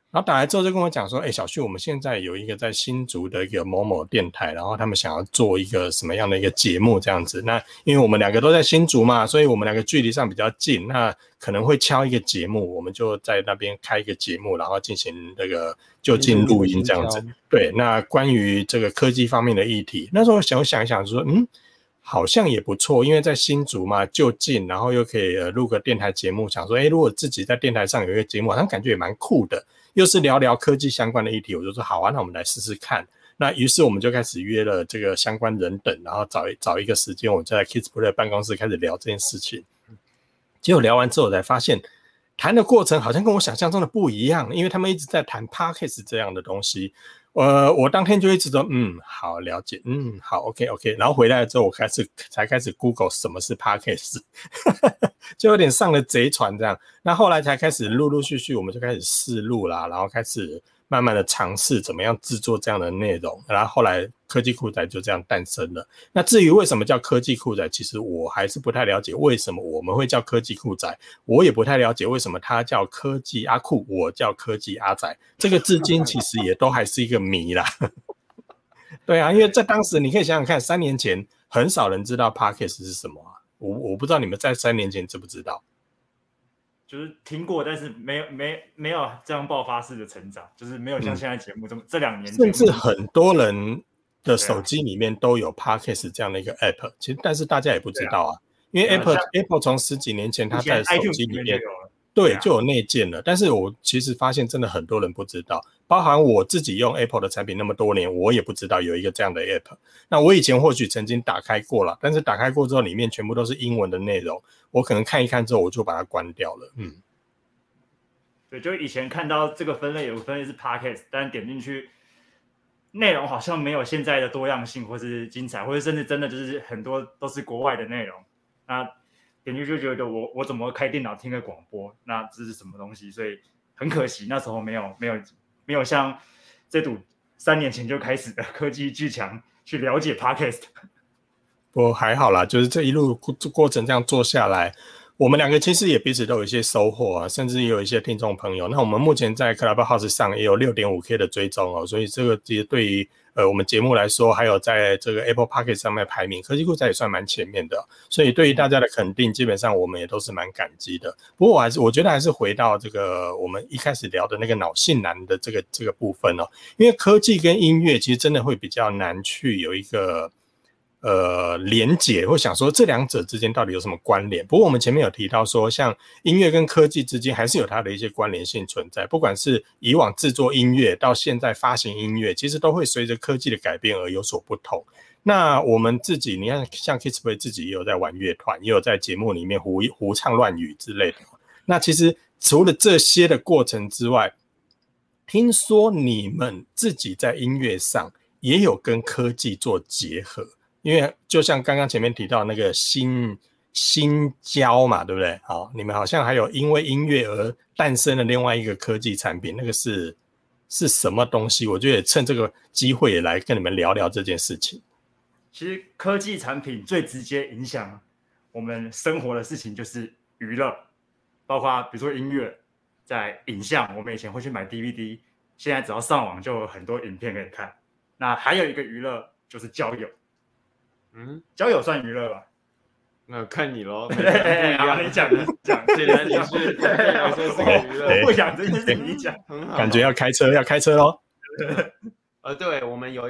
然后打来之后就跟我讲说，小旭，我们现在有一个在新竹的一个某某电台，然后他们想要做一个什么样的一个节目这样子。那因为我们两个都在新竹嘛，所以我们两个距离上比较近，那可能会敲一个节目，我们就在那边开一个节目，然后进行那个就近录音这样子。对，那关于这个科技方面的议题，那时候想一想说，好像也不错，因为在新竹嘛，就近，然后又可以录个电台节目，想说，如果自己在电台上有一个节目，好像感觉也蛮酷的，又是聊聊科技相关的议题，我就说好啊，那我们来试试看。那于是我们就开始约了这个相关人等，然后找一个时间，我就在 Kidsplay 办公室开始聊这件事情。结果聊完之后，我才发现谈的过程好像跟我想象中的不一样，因为他们一直在谈 Podcast 这样的东西。我当天就一直说好了解，好 OK， 然后回来之后我才开始 Google 什么是 Podcast 就有点上了贼船这样。那后来才开始陆陆续续我们就开始试录啦，然后开始慢慢的尝试怎么样制作这样的内容，然后后来科技酷宅就这样诞生了。那至于为什么叫科技酷宅，其实我还是不太了解为什么我们会叫科技酷宅，我也不太了解为什么他叫科技阿酷，我叫科技阿宅，这个至今其实也都还是一个谜啦对啊，因为在当时你可以想想看，3年前很少人知道 Podcast 是什么啊，我不知道你们在3年前知不知道。 就是听过，但是没有这样爆发式的成长，就是没有像现在节目这2年， 甚至很多人的手机里面都有 Podcast 这样的一个 App， 其实但是大家也不知道啊，因为 Apple 从10几年前它在手机里面对就有内建了，但是我其实发现真的很多人不知道，包含我自己用 Apple 的产品那么多年，我也不知道有一个这样的 App。那我以前或许曾经打开过了，但是打开过之后里面全部都是英文的内容，我可能看一看之后我就把它关掉了。 对，就以前看到这个分类有个分类是 Podcast， 但点进去内容好像没有现在的多样性或是精彩，或者甚至真的就是很多都是国外的内容。那点进去就觉得我怎么开电脑听个广播，那这是什么东西？所以很可惜那时候没有像这赌3年前就开始的科技巨强去了解 Podcast。 不过还好啦，就是这一路过程这样做下来，我们两个其实也彼此都有一些收获啊，甚至也有一些听众朋友。那我们目前在 Clubhouse 上也有 6.5K 的追踪哦，所以这个其实对于我们节目来说，还有在这个 Apple Podcast 上面排名，科技酷宅也算蛮前面的，所以对于大家的肯定，基本上我们也都是蛮感激的。不过我觉得还是回到这个我们一开始聊的那个脑性男的这个部分哦，因为科技跟音乐其实真的会比较难去有一个连结，或想说这两者之间到底有什么关联。不过我们前面有提到说，像音乐跟科技之间还是有它的一些关联性存在，不管是以往制作音乐到现在发行音乐，其实都会随着科技的改变而有所不同。那我们自己你看像 Kidsplay 自己也有在玩乐团，也有在节目里面胡唱乱语之类的。那其实除了这些的过程之外，听说你们自己在音乐上也有跟科技做结合，因为就像刚刚前面提到那个新交嘛，对不对？好，你们好像还有因为音乐而诞生了另外一个科技产品，那个是什么东西？我觉得也趁这个机会也来跟你们聊聊这件事情。 其实科技产品最直接影响我们生活的事情就是娱乐，包括比如说音乐，在影像，我们以前会去买 DVD， 现在只要上网就有很多影片可以看。那还有一个娱乐就是交友。交友算娱乐吧？ 那看你咯。 好，你讲。 既然你是来说是个娱乐， 不讲这件事你讲， 很好。 感觉要开车咯。 对，我们有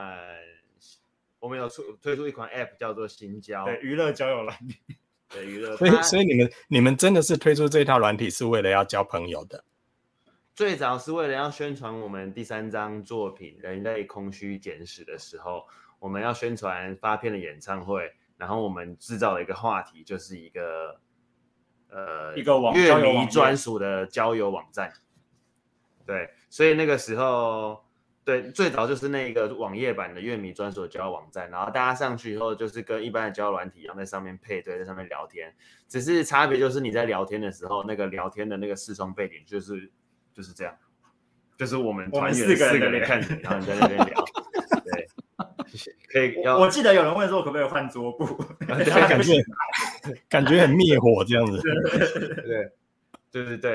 推出一款 App 叫做新交， 对，娱乐交友软体。 对，娱乐。 所以你们真的是推出这套软体是为了要交朋友的？ 最早是为了要宣传我们第3张作品《人类空虚简史》的时候，我们要宣传发片的演唱会，然后我们制造了一个话题，就是一个乐迷专属的交友网站。对，所以那个时候，对，最早就是那个网页版的乐迷专属的交友网站，然后大家上去以后，就是跟一般的交友软体一样，在上面配对，在上面聊天，只是差别就是你在聊天的时候，那个聊天的那个视窗背景就是这样，就是我们团员4个人看你，然后你在那边聊。对，可以。 我记得有人问说可不可以换桌布， 感觉很灭火这样子。 对，就是对。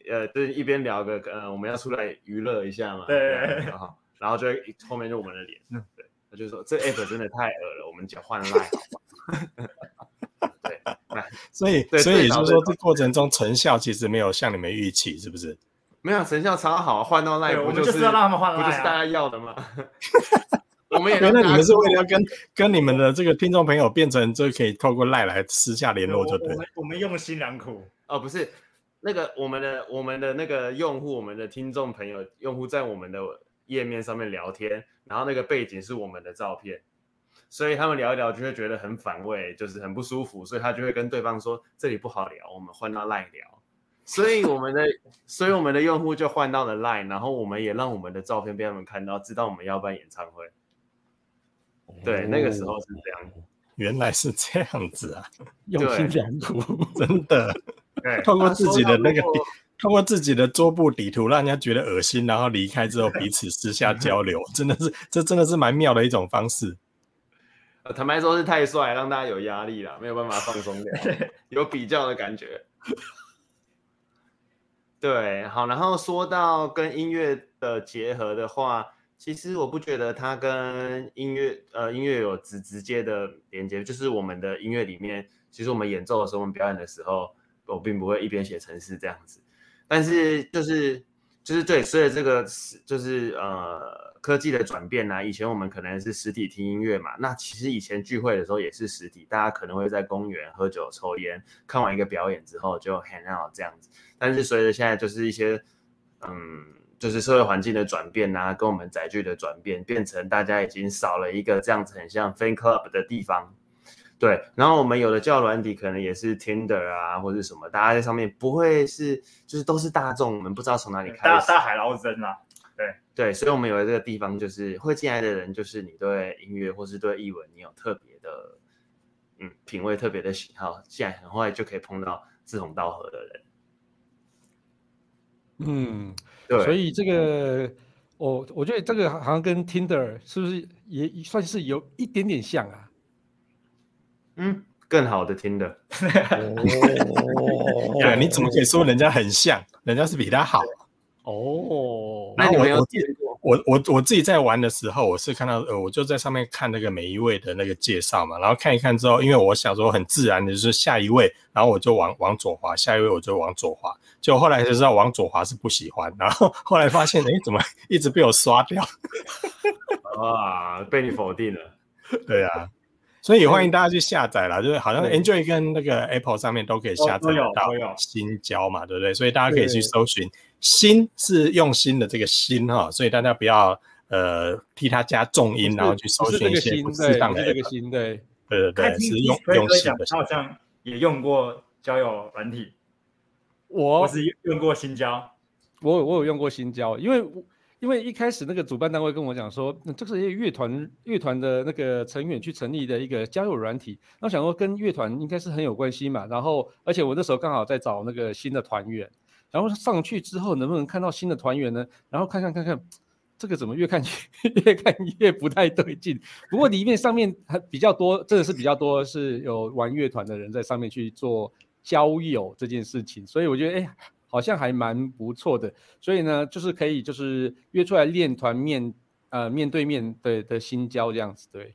就是一边聊个我们要出来娱乐一下嘛， 对， 然后就会后面就我们的脸，对，他就说这 app 真的太恶了，我们讲换 line 好吗？对， 所以就是说这过程中成效其实没有像你们预期，是不是？ 没有，成效超好，换到 line 我们就是要让他们换 line， 不就是大家要的吗？我们也原来你们是为了要跟你们的这个听众朋友变成就可以透过 line 来私下联络，就对。 我们用心良苦不是那个我们的那个用户，我们的听众朋友用户在我们的页面上面聊天，然后那个背景是我们的照片，所以他们聊一聊就会觉得很反胃，就是很不舒服，所以他就会跟对方说这里不好聊，我们换到 line 聊。所以我们的用户就换到了 line， 然后我们也让我们的照片被他们看到，知道我们要办演唱会。对，那个时候是这样。 原来是这样子啊， 用心良苦， 真的。透过自己的透过自己的桌布底图，让人家觉得恶心，然后离开之后彼此私下交流，这真的是蛮妙的一种方式。 坦白说是太帅，让大家有压力啦，没有办法放松聊，有比较的感觉。对，好，然后说到跟音乐的结合的话，其实我不觉得它跟音乐有直接的连接，就是我们的音乐里面，其实我们演奏的时候，我们表演的时候，我并不会一边写程式这样子，但是就是对，随着这个就是科技的转变啊，以前我们可能是实体听音乐嘛，那其实以前聚会的时候也是实体，大家可能会在公园喝酒抽烟，看完一个表演之后就 hang out 这样子，但是随着现在就是一些就是社会环境的转变啊，跟我们载具的转变，变成大家已经少了一个这样子很像 fan club 的地方。对，然后我们有的交友软体可能也是 Tinder 啊，或者什么，大家在上面不会是就是都是大众，我们不知道从哪里开始。 大海捞针啊， 对，所以我们有的这个地方就是会进来的人，就是你对音乐或是对艺文你有特别的品味、特别的喜好，进来很快就可以碰到志同道合的人。对， 所以这个我觉得这个好像跟 Tinder 是不是也算是有一点点像啊？ 更好的Tinder。 对，你怎么可以说人家很像？人家是比他好。 那你们有我自己在玩的时候，我是看到我就在上面看那个每一位的那个介绍嘛，然后看一看之后，因为我想说很自然的就是下一位，然后我就往左滑，下一位我就往左滑，结果后来才知道往左滑是不喜欢，然后后来发现怎么一直被我刷掉。 被你否定了。 对啊，所以也欢迎大家去下载啦，就是好像 Android 跟那个 Apple 上面都可以下载到新交嘛，对不对？所以大家可以去搜寻心是用心的这个心哈，所以大家不要替他加重音，然后去搜寻一些不适当的 app。 这个心，对， 是用心的。 他好像也用过交友软体， 我是用过新交， 我有用过新交，因为一开始那个主办单位跟我讲说，这是一个乐团的那个成员去成立的一个交友软体，然后想说跟乐团应该是很有关系嘛，然后而且我那时候刚好在找那个新的团员，然后上去之后能不能看到新的团员呢？然后看，这个怎么越看越不太对劲。不过里面上面比较多，真的是比较多是有玩乐团的人在上面去做交友这件事情，所以我觉得好像还蛮不错的，所以呢，就是可以就是约出来练团面对面的新交这样子，对，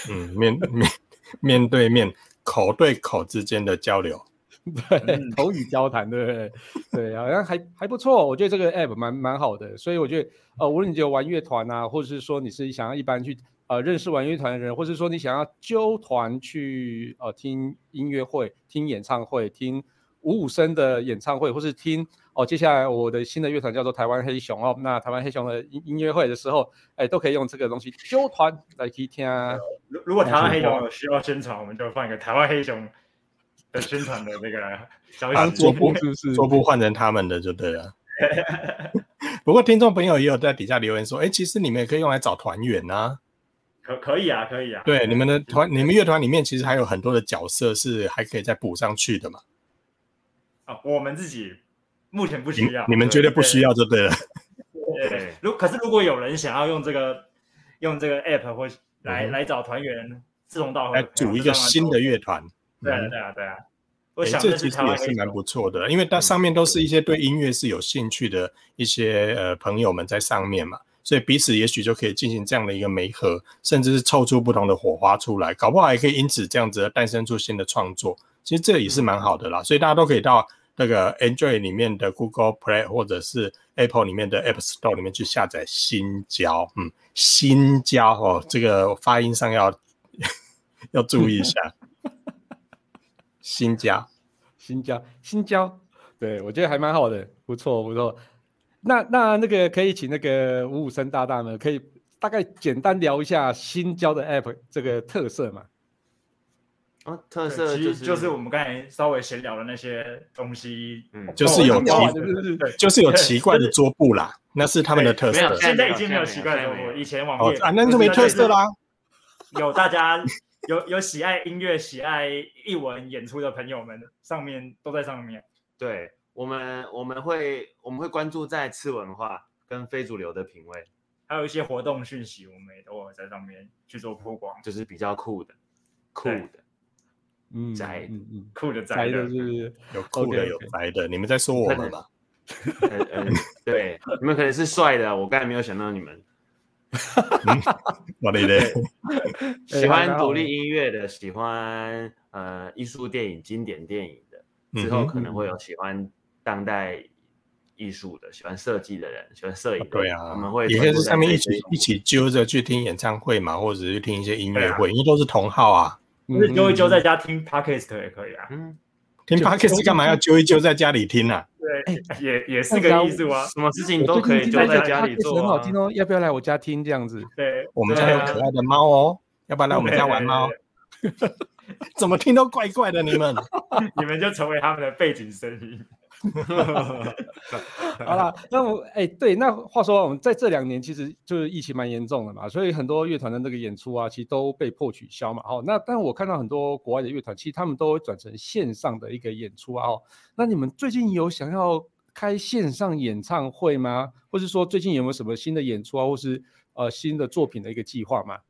面对面口对口之间的交流， 对，口语交谈，对，好像还不错，我觉得这个 app 蛮好的，所以我觉得无论你有玩乐团啊，或者是说你是想要一般去认识玩乐团的人，或者是说你想要揪团去听音乐会、听演唱会、听55声的演唱会，或是听接下来我的新的乐团叫做台湾黑熊那台湾黑熊的音乐会的时候，都可以用这个东西揪团来去听啊。 如果台湾黑熊有需要宣传，我们就放一个台湾黑熊的宣传的那个消息， 桌布换成他们的就对了。不过听众朋友也有在底下留言说，其实你们也可以用来找团员啊。 可以啊。 对，你们乐团里面其实还有很多的角色是还可以再补上去的嘛。 我们自己目前不需要， 你们觉得不需要就对了。 对，可是如果有人想要用这个 app 或来找团员志同道合， 来组一个新的乐团。 对啊。 我想这其实也是蛮不错的，因为它上面都是一些对音乐是有兴趣的一些朋友们在上面嘛，所以彼此也许就可以进行这样的一个媒合，甚至是凑出不同的火花出来，搞不好还可以因此这样子的诞生出新的创作。其实这也是蛮好的啦，所以大家都可以到那个 Android 里面的 Google Play 或者是 Apple 里面的 App Store 里面去下载新交，新交哦，这个发音上要注意一下。新交， 对，我觉得还蛮好的，不错。那个可以请那个553大大呢，可以大概简单聊一下新交的 App 这个特色嘛？ 特色就是我们刚才稍微闲聊的那些东西， 就是有奇怪的桌布啦，那是他们的特色。 现在已经没有奇怪的桌布，以前网页那就没特色啦。 有大家有喜爱音乐、喜爱艺文演出的朋友们，上面都在上面。 对，我们会关注在次文化跟非主流的品味， 还有一些活动讯息，我们也都有在上面去做曝光， 就是比较酷的。宅， 酷的宅的， 是不是？ 有酷的，有宅的，你们在说我们吧？ 对，你们可能是帅的，我刚才没有想到你们。 我的嘞， 喜欢独立音乐的，喜欢艺术电影、经典电影的，之后可能会有喜欢当代艺术的，喜欢设计的人，喜欢摄影的， 对啊， 我们会也可以在上面一起揪着去听演唱会嘛，或者是去听一些音乐会，因为都是同好啊。 就是揪一揪在家听 podcast 也可以啊。 听 podcast 干嘛要揪一揪在家里听啊？ 对，也是个艺术啊。 什么事情都可以揪在家里做， 很好听哦。要不要来我家听这样子？ 对， 我们家有可爱的猫哦，要不要来我们家玩猫？怎么听都怪怪的，你们就成为他们的背景声音。 好啦，那对，那话说我们在这2年其实就是疫情蛮严重的嘛，所以很多乐团的那个演出啊，其实都被迫取消嘛。但我看到很多国外的乐团，其实他们都会转成线上的一个演出啊。那你们最近有想要开线上演唱会吗？或是说最近有没有什么新的演出啊，或是新的作品的一个计划吗？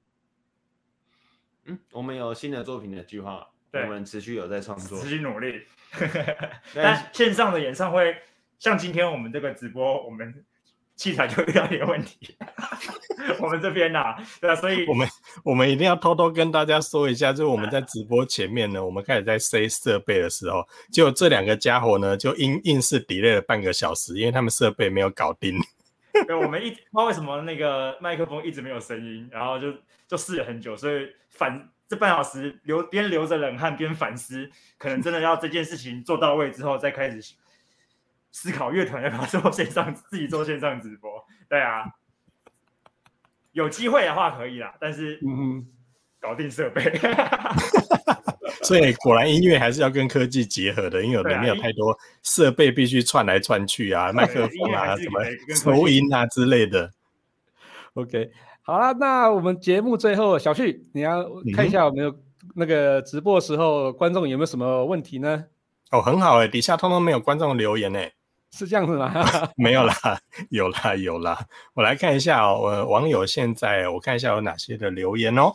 我们有新的作品的计划，我们持续有在创作， 持续努力。但线上的演唱会，像今天我们这个直播，我们器材就遇到一点问题。我们这边对啊，所以我们一定要偷偷跟大家说一下，就是我们在直播前面呢，我们开始在 set 设备的时候，结果这2个家伙呢就硬是 delay 了半个小时，因为他们设备没有搞定。 对，我们不知道为什么那个麦克风一直没有声音，然后就试了很久，所以这半小时边流着冷汗边反思，可能真的要这件事情做到位之后，再开始思考乐团要不要自己做线上直播。对啊，有机会的话可以啦，但是搞定设备。 所以果然音乐还是要跟科技结合的，因为里面有太多设备必须串来串去啊，麦克风啊，什么收音啊之类的。 OK， 好啦，那我们节目最后，小旭，你要看一下有没有那个直播的时候观众有没有什么问题呢？ 很好底下通通没有观众留言是这样子吗？ 没有啦，有啦，我来看一下网友现在我看一下有哪些的留言哦。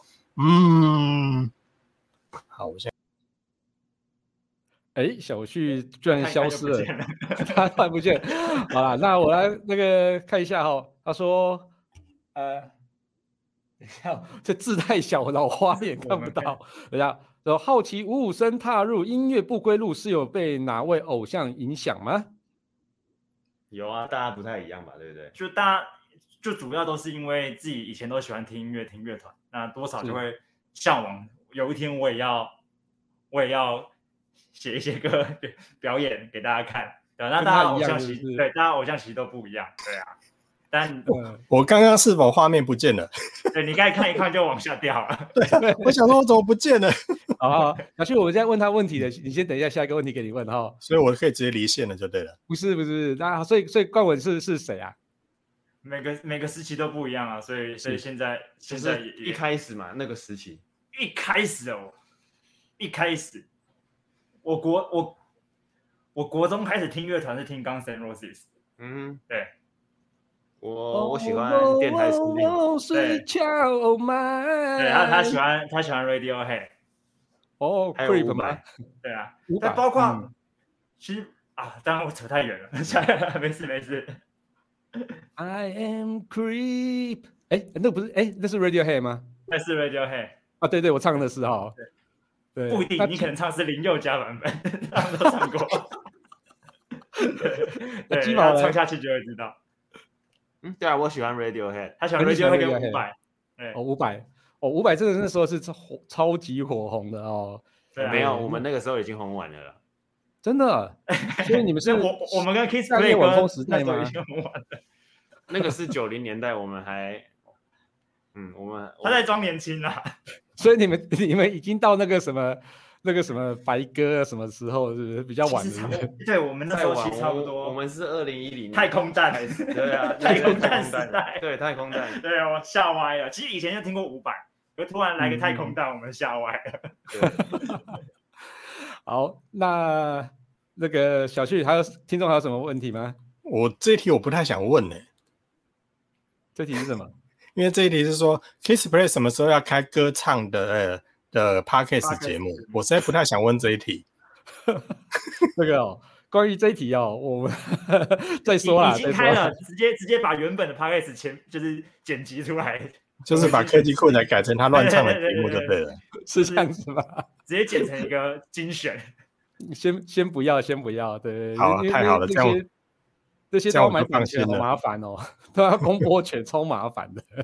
好，我现在小旭居然消失了，他突然不见了。好啦，那我来那个看一下他说等一下，这字太小，老花眼看不到。等一下，好奇553踏入音乐不归路是有被哪位偶像影响吗？ 有啊，大家不太一样吧，对不对？ 就主要都是因为自己以前都喜欢听音乐、听乐团，那多少就会向往有一天我也要写一些歌表演给大家看。对，那大家偶像其实对大家偶像其实都不一样，对啊。但我刚刚是否画面不见了？ 对，你刚才看一看就往下掉了。 对，我想说我怎么不见了？ 好，小旭，我们现在问他问题了，你先等一下，下一个问题给你问哈。 所以我可以直接离线了就对了。 不是，那所以冠文是谁啊？ 每个时期都不一样啊，所以现在一开始嘛，那个时期一开始，我国中开始听乐团是听 Guns N' Roses。对。 我喜欢电台司令， 对，他喜欢 Radiohead。 哦还有 ，Creep 吗？ 对啊， 500 但包括其实当然我扯太远了，没事。 I am Creep， 那不是那是 Radiohead 吗？ 那是 Radiohead 啊，对，我唱的是哈，对， 不一定，你可能唱的是林宥嘉版本，他们都唱过。对， 鸡毛唱下去就会知道。 对啊，我喜欢 Radiohead， 他喜欢 Radiohead 跟500。 哦，500真的那时候是超级火红的哦。 没有，我们那个时候已经红完了啦。 真的？所以你们是我们跟 Kiss 夏夜晚风时代吗？ 那个是90年代，我们还， 他在装年轻啦。 所以你们已经到那个什么白鸽什么时候，是不是比较晚的？ 对，我们那时候其实差不多。 我们是2010年太空蛋， 对啊， 太空蛋时代， 对，太空蛋， 对，我吓歪了。其实以前就听过500，就突然来个太空蛋，我们吓歪了。 好，那个小旭听众还有什么问题吗？ 我这一题我不太想问呢。 这题是什么？ 因为这一题是说 Kiss Play 什么时候要开歌唱的Podcast 节目，我实在不太想问这一题。 这个关于这一题我们再说啦， 已经开了，直接把原本的 Podcast 就是剪辑出来， 就是把科技酷仔改成他乱唱的节目就对了， 是这样子吗？ 直接剪成一个精选。 先不要，对， 好，太好了， 这些都要买版权，好麻烦哦，都要公播权，超麻烦的。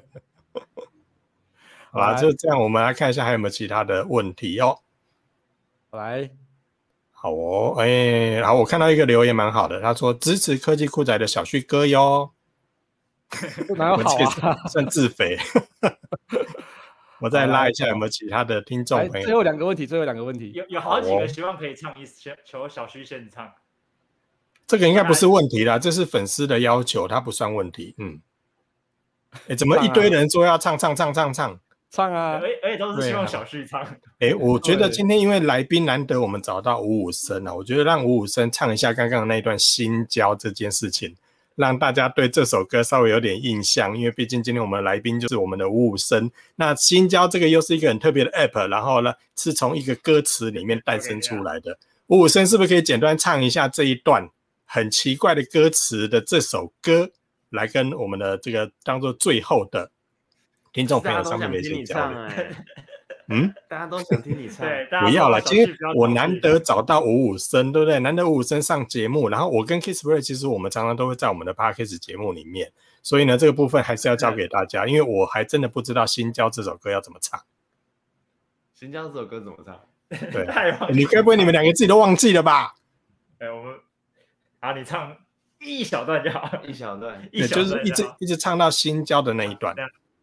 好啦，就这样，我们来看一下还有没有其他的问题哦。 来， 好哦，好，我看到一个留言蛮好的，他说支持科技酷仔的小旭哥哟。 哪有好啊？ 算自肥。我再拉一下有没有其他的听众朋友。 最后两个问题， 有好几个希望可以唱求小旭现唱。 这个应该不是问题啦，这是粉丝的要求，它不算问题。怎么一堆人说要唱啊？ 而且都是希望小旭唱。 我觉得今天因为来宾难得，我们找到55声啊，我觉得让55声唱一下刚刚的那一段新交这件事情，让大家对这首歌稍微有点印象，因为毕竟今天我们的来宾就是我们的55声。那新交这个又是一个很特别的 app， 然后呢是从一个歌词里面诞生出来的。55声是不是可以简单唱一下这一段很奇怪的歌词的这首歌，来跟我们的这个当做最后的听众朋友上面的一些交流？ 大家都想听你唱， 不要了，今天我难得找到55声，对不对？难得55声上节目，然后我跟 Kiss Play 其实我们常常都会在我们的 Podcast 节目里面，所以呢这个部分还是要交给大家，因为我还真的不知道新交这首歌要怎么唱。 新交这首歌怎么唱？ 对，你该不会你们两个自己都忘记了吧？ 我们你唱一小段就好， 一小段， 就是一直唱到新交的那一段。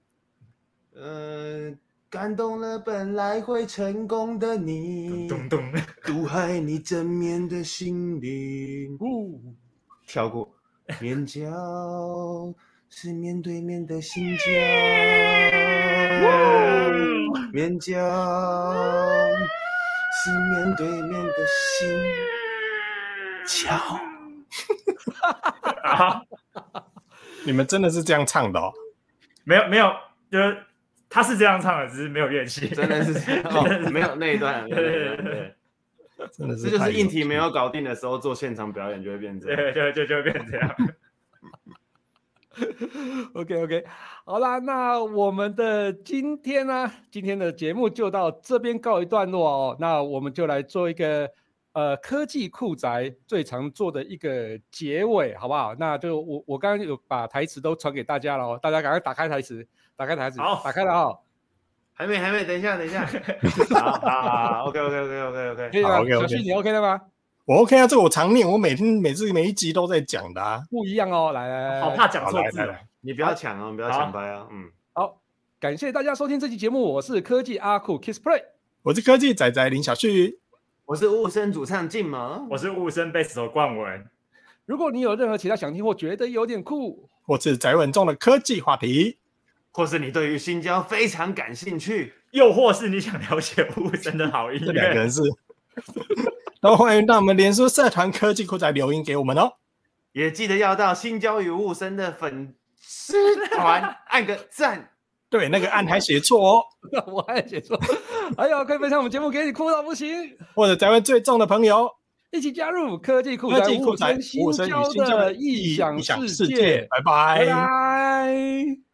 感动了本来会成功的你，毒害你正面的心灵。跳过，面交是面对面的心交，面交是面对面的心交。 你们真的是这样唱的哦？ 没有，就是他是这样唱的，只是没有乐器， 真的是没有那一段，对， 真的是， 这就是硬题没有搞定的时候做现场表演就会变这样， 对，就会变这样。 OK， 好啦，那我们的今天的节目就到这边告一段落哦。那我们就来做一个科技酷宅最常做的一个结尾，好不好？那就我刚刚有把台词都传给大家了哦，大家赶快打开台词， 好， 打开了哦。 还没，等一下。好 ，OK， 可以了。小旭，你 OK 了吗？ 我 OK 啊，这个我常念，我每一集都在讲的啊。 不一样哦，来， 好怕讲错字哦， 你不要抢哦，你不要抢拍啊， 好，感谢大家收听这期节目，我是科技阿酷 Kiss Play， 我是科技仔仔林小旭， 我是雾声主唱静萌， 我是雾声贝斯手冠文。 如果你有任何其他想听或觉得有点酷， 或是宅稳重的科技话题， 或是你对于新交非常感兴趣， 又或是你想了解雾声的好音乐， 这两个人是都欢迎到我们脸书社团科技酷宅留言给我们哦， 也记得要到新交与雾声的粉丝团按个赞。 对，那个按还写错哦， 我还写错。还有可以分享我们节目给你哭到不行， 或者宅文最重的朋友一起加入科技酷宅新交的异想世界。 拜拜。 拜拜。